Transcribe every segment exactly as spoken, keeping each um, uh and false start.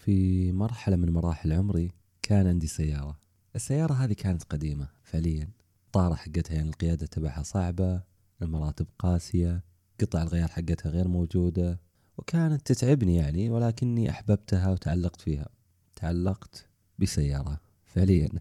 في مرحلة من مراحل عمري كان عندي سيارة. السيارة هذه كانت قديمة فعليا، الطارة حقتها يعني القيادة تبعها صعبة، المراتب قاسية، قطع الغيار حقتها غير موجودة، وكانت تتعبني يعني، ولكني أحببتها وتعلقت فيها. تعلقت بسيارة فعليا.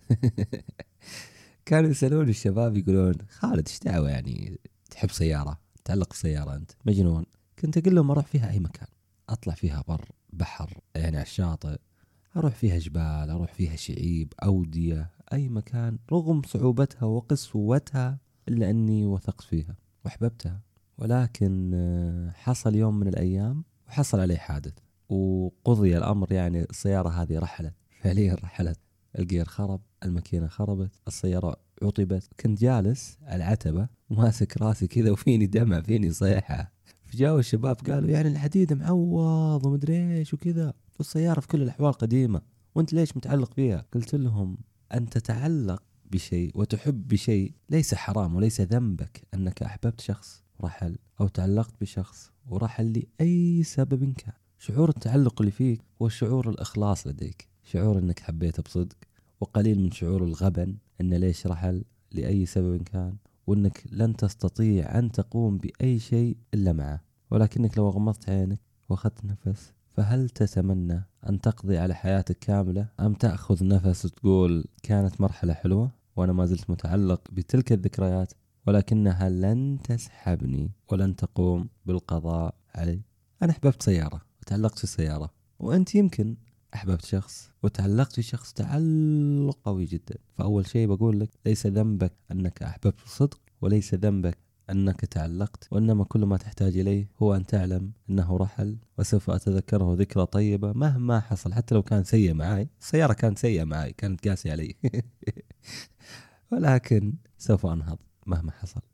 كانوا يسألون الشباب يقولون خالد ايش دعوة يعني تحب سيارة، تعلق بسيارة أنت مجنون؟ كنت أقول لهم أروح فيها أي مكان، أطلع فيها بر بحر يعني على الشاطئ، أروح فيها جبال، أروح فيها شعيب، أودية، أي مكان، رغم صعوبتها وقسوتها إلا أني وثقت فيها وأحببتها. ولكن آه، حصل يوم من الأيام وحصل عليه حادث وقضي الأمر، يعني السيارة هذه رحلت فعليا، رحلت. الجير خرب، الماكينة خربت، السيارة عطبت. كنت جالس على العتبة وماسك راسي كذا وفيني دمع فيني صيحة. فجاءوا الشباب قالوا يعني الحديد معوض ومدري ايش وكذا، والسيارة في كل الأحوال قديمة، وانت ليش متعلق فيها؟ قلت لهم أن تتعلق بشيء وتحب بشيء ليس حرام، وليس ذنبك أنك أحببت شخص رحل أو تعلقت بشخص ورحل لأي سبب كان. شعور التعلق اللي فيك هو شعور الإخلاص لديك، شعور أنك حبيته بصدق، وقليل من شعور الغبن أن ليش رحل لأي سبب كان، وأنك لن تستطيع أن تقوم بأي شيء إلا معه. ولكنك لو غمضت عينك وأخذت نفس، فهل تتمنى أن تقضي على حياتك كاملة، أم تأخذ نفس وتقول كانت مرحلة حلوة وأنا ما زلت متعلق بتلك الذكريات، ولكنها لن تسحبني ولن تقوم بالقضاء علي؟ أنا أحببت سيارة وتعلقت في السيارة، وأنت يمكن أحببت شخص وتعلقت في شخص تعلق قوي جدا. فأول شيء بقول لك ليس ذنبك أنك أحببت بصدق، وليس ذنبك أنك تعلقت، وإنما كل ما تحتاج إليه هو أن تعلم أنه رحل، وسوف أتذكره ذكرى طيبة مهما حصل. حتى لو كان سيء معي، السيارة كانت سيئة معي، كانت قاسية علي. ولكن سوف أنهض مهما حصل.